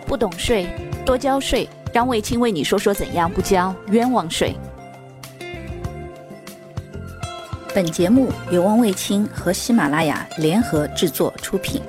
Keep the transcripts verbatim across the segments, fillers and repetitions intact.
不懂税，多交税。让卫青为你说说怎样不交冤枉税。本节目由汪卫青和喜马拉雅联合制作出品。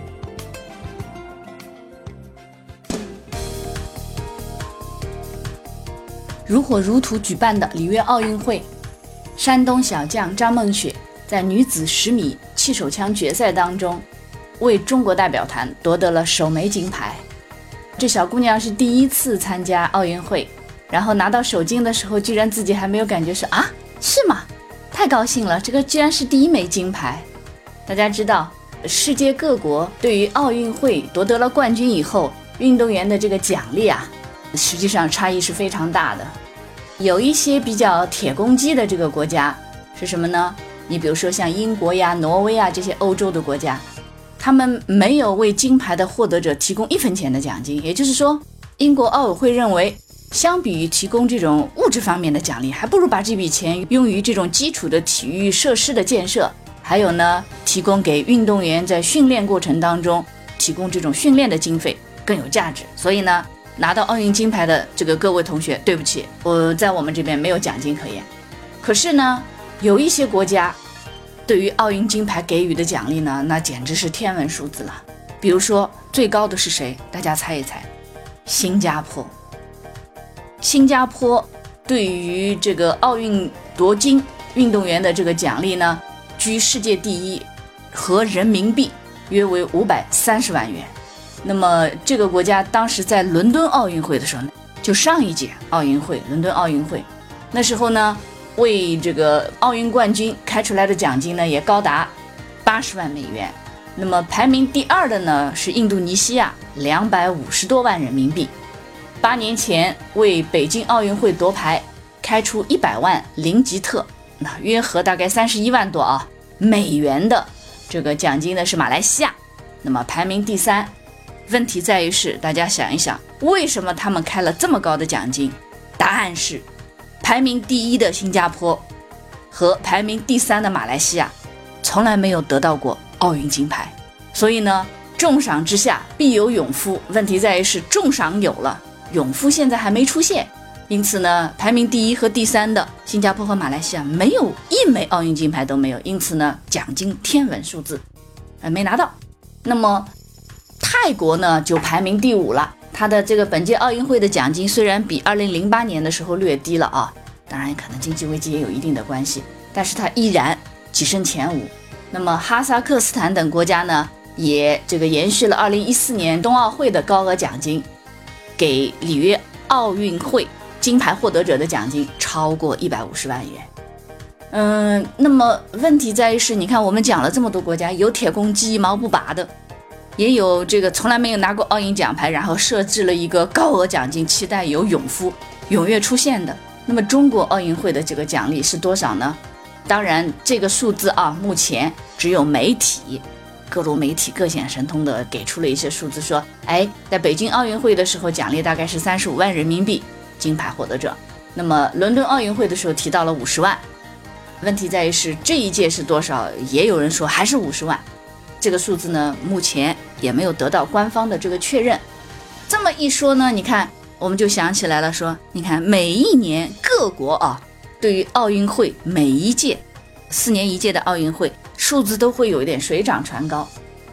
如火如荼举办的里约奥运会，山东小将张梦雪在女子十米气手枪决赛当中，为中国代表团夺得了首枚金牌。这小姑娘是第一次参加奥运会，然后拿到首金的时候，居然自己还没有感觉是啊，是吗？太高兴了，这个居然是第一枚金牌。大家知道，世界各国对于奥运会夺得了冠军以后，运动员的这个奖励啊，实际上差异是非常大的。有一些比较铁公鸡的这个国家是什么呢？你比如说像英国呀、挪威啊这些欧洲的国家，他们没有为金牌的获得者提供一分钱的奖金，也就是说，英国奥委会认为，相比于提供这种物质方面的奖励，还不如把这笔钱用于这种基础的体育设施的建设，还有呢，提供给运动员在训练过程当中提供这种训练的经费更有价值。所以呢，拿到奥运金牌的这个各位同学，对不起，我在我们这边没有奖金可言。可是呢，有一些国家对于奥运金牌给予的奖励呢，那简直是天文数字了。比如说最高的是谁？大家猜一猜。新加坡。新加坡对于这个奥运夺金运动员的这个奖励呢，居世界第一，合人民币约为五百三十万元。那么这个国家当时在伦敦奥运会的时候，就上一届奥运会，伦敦奥运会，那时候呢，为这个奥运冠军开出来的奖金呢，也高达八十万美元。那么排名第二的呢是印度尼西亚，两百五十多万人民币。八年前为北京奥运会夺牌开出一百万林吉特，那约合大概三十一万多啊美元的这个奖金呢是马来西亚，那么排名第三。问题在于是，大家想一想，为什么他们开了这么高的奖金？答案是，排名第一的新加坡和排名第三的马来西亚从来没有得到过奥运金牌，所以呢，重赏之下必有勇夫。问题在于是，重赏有了，勇夫现在还没出现，因此呢，排名第一和第三的新加坡和马来西亚没有一枚奥运金牌都没有，因此呢，奖金天文数字，呃，没拿到。那么泰国呢就排名第五了，它的这个本届奥运会的奖金虽然比二零零八年的时候略低了啊，当然可能经济危机也有一定的关系，但是它依然跻身前五。那么哈萨克斯坦等国家呢，也这个延续了二零一四年冬奥会的高额奖金，给里约奥运会金牌获得者的奖金超过一百五十万元。嗯，那么问题在于是，你看我们讲了这么多国家，有铁公鸡一毛不拔的，也有这个从来没有拿过奥运奖牌，然后设置了一个高额奖金，期待有勇夫踊跃出现的。那么中国奥运会的这个奖励是多少呢？当然这个数字啊，目前只有媒体各路媒体各显神通的给出了一些数字，说哎，在北京奥运会的时候奖励大概是三十五万人民币金牌获得者，那么伦敦奥运会的时候提到了五十万。问题在于是这一届是多少，也有人说还是五十万，这个数字呢目前也没有得到官方的这个确认。这么一说呢，你看我们就想起来了，说你看每一年各国啊对于奥运会每一届四年一届的奥运会数字都会有一点水涨船高。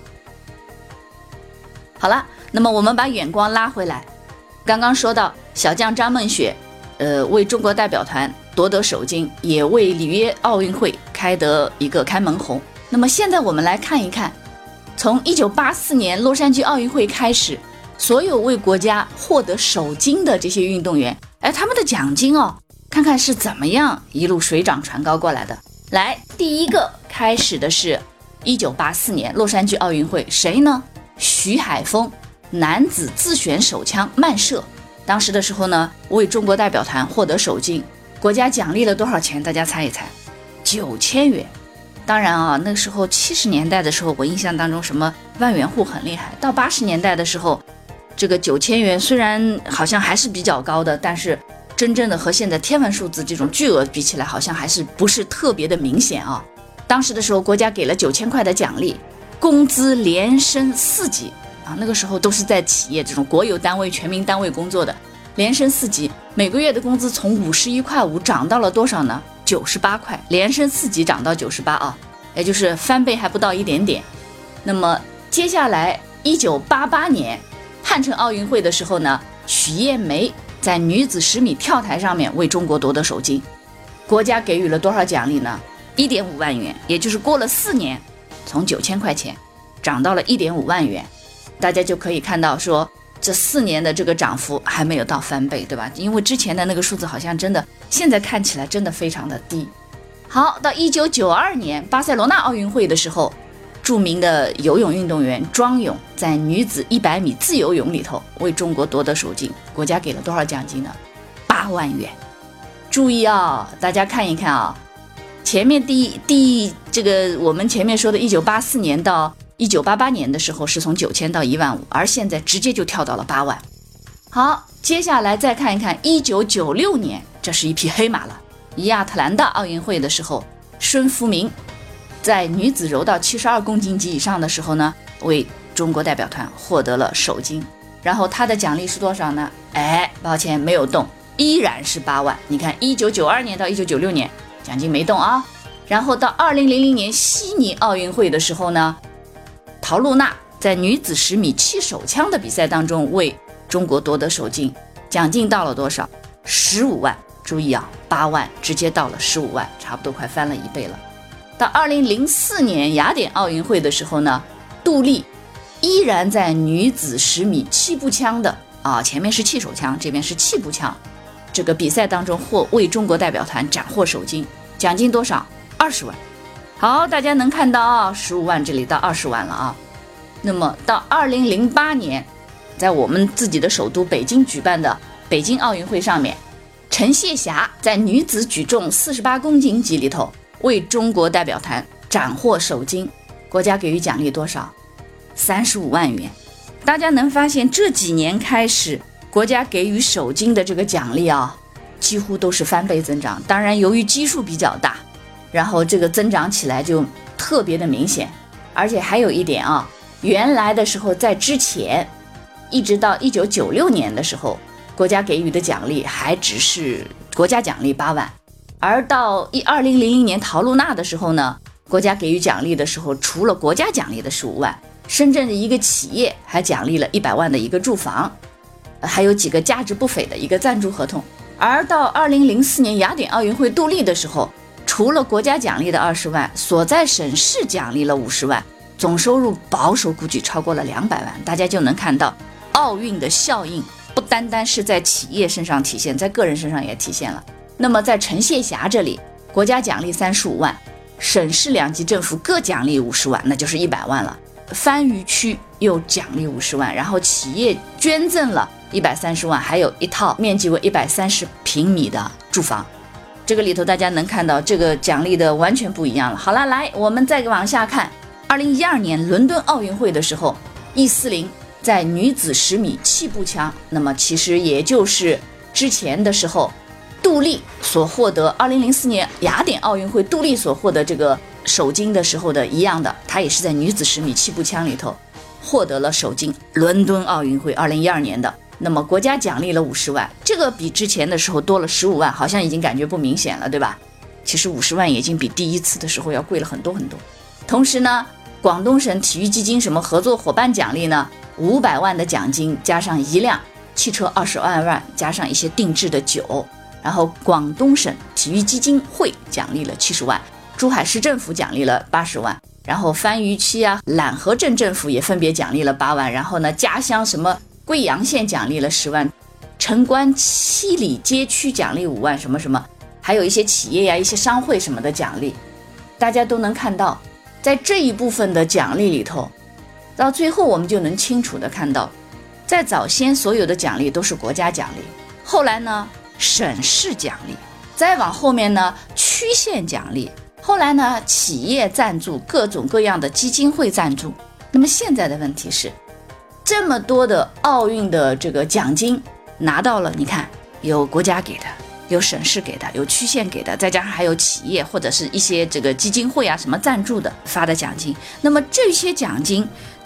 好了，那么我们把眼光拉回来，刚刚说到小将张梦雪呃，为中国代表团夺得首金，也为里约奥运会开得一个开门红。那么现在我们来看一看，从一九八四年洛杉矶奥运会开始，所有为国家获得首金的这些运动员，哎，他们的奖金哦，看看是怎么样一路水涨船高过来的。来，第一个开始的是一九八四年洛杉矶奥运会，谁呢？徐海峰，男子自选手枪慢射，当时的时候呢，为中国代表团获得首金，国家奖励了多少钱？大家猜一猜，九千元。当然啊，那个时候七十年代的时候，我印象当中什么万元户很厉害，到八十年代的时候，这个九千元虽然好像还是比较高的，但是真正的和现在天文数字这种巨额比起来，好像还是不是特别的明显啊。当时的时候，国家给了九千块的奖励，工资连升四级， 啊，那个时候都是在企业这种国有单位、全民单位工作的，连升四级，每个月的工资从五十一块五涨到了多少呢？九十八块，连升四级涨到九十八啊，也就是翻倍还不到一点点。那么接下来一九八八年汉城奥运会的时候呢，许艳梅在女子十米跳台上面为中国夺得首金，国家给予了多少奖励呢？ 一点五万元，也就是过了四年，从九千块钱涨到了 一点五万元。大家就可以看到说，这四年的这个涨幅还没有到翻倍，对吧？因为之前的那个数字好像真的，现在看起来真的非常的低。好，到一九九二年巴塞罗那奥运会的时候，著名的游泳运动员庄泳在女子一百米自由泳里头为中国夺得首金，国家给了多少奖金呢？八万元。注意啊，大家看一看啊，前面第一第一这个我们前面说的一九八四年到一九八八年的时候是从九千到一万五，而现在直接就跳到了八万。好，接下来再看一看一九九六年，这是一匹黑马了。亚特兰大奥运会的时候，孙福明在女子柔道七十二公斤级以上的时候呢，为中国代表团获得了首金。然后他的奖励是多少呢？哎，抱歉没有动，依然是八万。你看一九九二年到一九九六年奖金没动啊。然后到二零零零年悉尼奥运会的时候呢，陶露娜在女子十米气手枪的比赛当中为中国夺得首金，奖金到了多少？十五万。注意啊，八万直接到了十五万，差不多快翻了一倍了。到二零零四年雅典奥运会的时候呢，杜丽依然在女子十米气步枪的啊，前面是气手枪，这边是气步枪，这个比赛当中获为中国代表团斩获首金，奖金多少？二十万。好，大家能看到啊，十五万这里到二十万了啊。那么到二零零八年，在我们自己的首都北京举办的北京奥运会上面，陈谢霞在女子举重四十八公斤级里头为中国代表团斩获首金，国家给予奖励多少？三十五万元。大家能发现这几年开始，国家给予首金的这个奖励啊，几乎都是翻倍增长。当然，由于基数比较大，然后这个增长起来就特别的明显。而且还有一点啊，原来的时候在之前，一直到一九九六年的时候，国家给予的奖励还只是国家奖励八万，而到二零零零年陶露娜的时候呢，国家给予奖励的时候，除了国家奖励的十五万，深圳的一个企业还奖励了一百万的一个住房，还有几个价值不菲的一个赞助合同。而到二零零四年雅典奥运会杜丽的时候，除了国家奖励的二十万，所在省市奖励了五十万，总收入保守估计超过了两百万。大家就能看到奥运的效应不单单是在企业身上体现，在个人身上也体现了。那么在陈谢霞这里，国家奖励三十五万，省市两级政府各奖励五十万，那就是一百万了。番禺区又奖励五十万，然后企业捐赠了一百三十万，还有一套面积为一百三十平米的住房。这个里头大家能看到这个奖励的完全不一样了。好了，来我们再往下看，二零一二年伦敦奥运会的时候，易思玲在女子十米气步枪，那么其实也就是之前的时候杜丽所获得二零零四年雅典奥运会杜丽所获得这个首金的时候的一样的，她也是在女子十米气步枪里头获得了首金。伦敦奥运会二零一二年的，那么国家奖励了五十万，这个比之前的时候多了十五万，好像已经感觉不明显了，对吧？其实五十万已经比第一次的时候要贵了很多很多。同时呢，广东省体育基金什么合作伙伴奖励呢，五百万的奖金加上一辆汽车二十二万，加上一些定制的酒。然后广东省体育基金会奖励了七十万，珠海市政府奖励了八十万，然后番禺区啊、揽河镇政府也分别奖励了八万，然后呢，家乡什么贵阳县奖励了十万，城关七里街区奖励五万，什么什么，还有一些企业呀、一些商会什么的奖励。大家都能看到，在这一部分的奖励里头，到最后我们就能清楚的看到，在早先所有的奖励都是国家奖励，后来呢省市奖励，再往后面呢区县奖励，后来呢企业赞助，各种各样的基金会赞助。那么现在的问题是，这么多的奥运的这个奖金拿到了，你看有国家给的，有省市给的，有区县给的，再加上还有企业或者是一些这个基金会啊什么赞助的发的奖金。那么这些奖金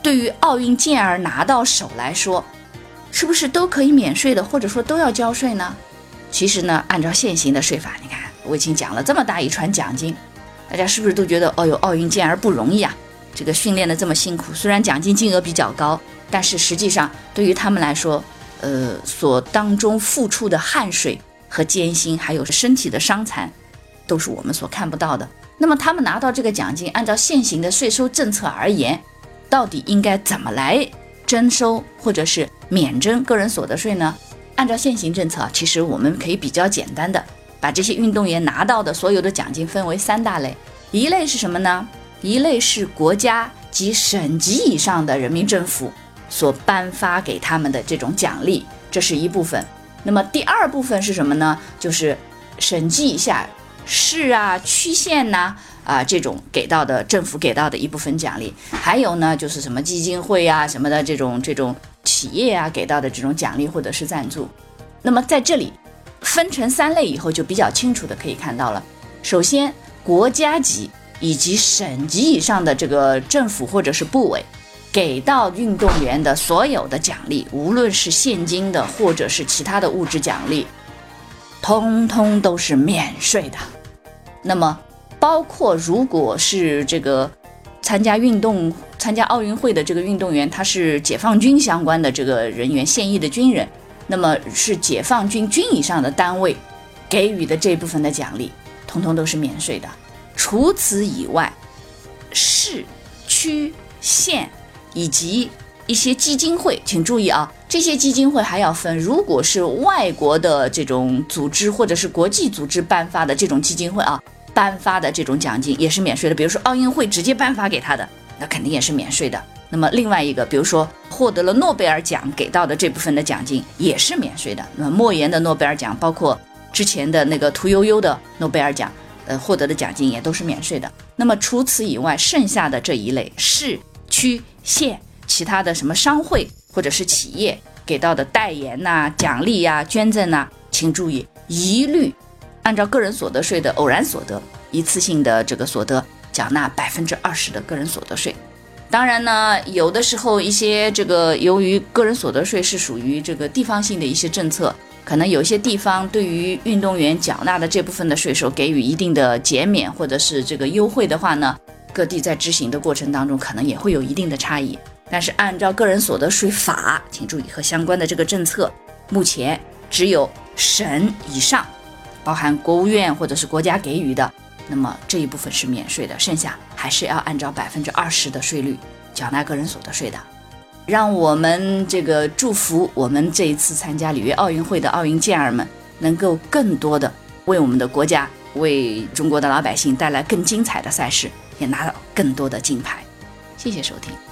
对于奥运健儿拿到手来说，是不是都可以免税的，或者说都要交税呢？其实呢，按照现行的税法，你看我已经讲了这么大一串奖金，大家是不是都觉得哦哟，奥运健儿不容易啊？这个训练的这么辛苦，虽然奖金金额比较高，但是实际上对于他们来说，呃，所当中付出的汗水和艰辛，还有身体的伤残，都是我们所看不到的。那么他们拿到这个奖金，按照现行的税收政策而言，到底应该怎么来征收或者是免征个人所得税呢？按照现行政策，其实我们可以比较简单的把这些运动员拿到的所有的奖金分为三大类。一类是什么呢？一类是国家及省级以上的人民政府所颁发给他们的这种奖励，这是一部分。那么第二部分是什么呢？就是省级以下市啊、区县呐、啊、啊这种给到的政府给到的一部分奖励，还有呢就是什么基金会啊什么的这种这种企业啊给到的这种奖励或者是赞助。那么在这里分成三类以后，就比较清楚的可以看到了。首先，国家级以及省级以上的这个政府或者是部委给到运动员的所有的奖励，无论是现金的或者是其他的物质奖励，通通都是免税的。那么包括如果是这个参加运动参加奥运会的这个运动员，他是解放军相关的这个人员，现役的军人，那么是解放军军以上的单位给予的这部分的奖励，通通都是免税的。除此以外，市、区、县以及一些基金会，请注意啊，这些基金会还要分，如果是外国的这种组织或者是国际组织颁发的这种基金会啊，颁发的这种奖金也是免税的。比如说奥运会直接颁发给他的，那肯定也是免税的。那么另外一个，比如说获得了诺贝尔奖给到的这部分的奖金也是免税的。那么莫言的诺贝尔奖，包括之前的那个屠呦呦的诺贝尔奖，呃，获得的奖金也都是免税的。那么除此以外，剩下的这一类市、区、县，其他的什么商会或者是企业给到的代言呐、啊、奖励呀、啊、捐赠呐、啊，请注意，一律按照个人所得税的偶然所得一次性的这个所得缴纳百分之二十的个人所得税。当然呢，有的时候一些这个由于个人所得税是属于这个地方性的一些政策，可能有些地方对于运动员缴纳的这部分的税收给予一定的减免或者是这个优惠的话呢，各地在执行的过程当中可能也会有一定的差异。但是按照个人所得税法，请注意和相关的这个政策，目前只有省以上，包含国务院或者是国家给予的，那么这一部分是免税的，剩下还是要按照百分之二十的税率缴纳个人所得税的。让我们这个祝福我们这一次参加里约奥运会的奥运健儿们，能够更多的为我们的国家、为中国的老百姓带来更精彩的赛事，也拿到更多的金牌。谢谢收听。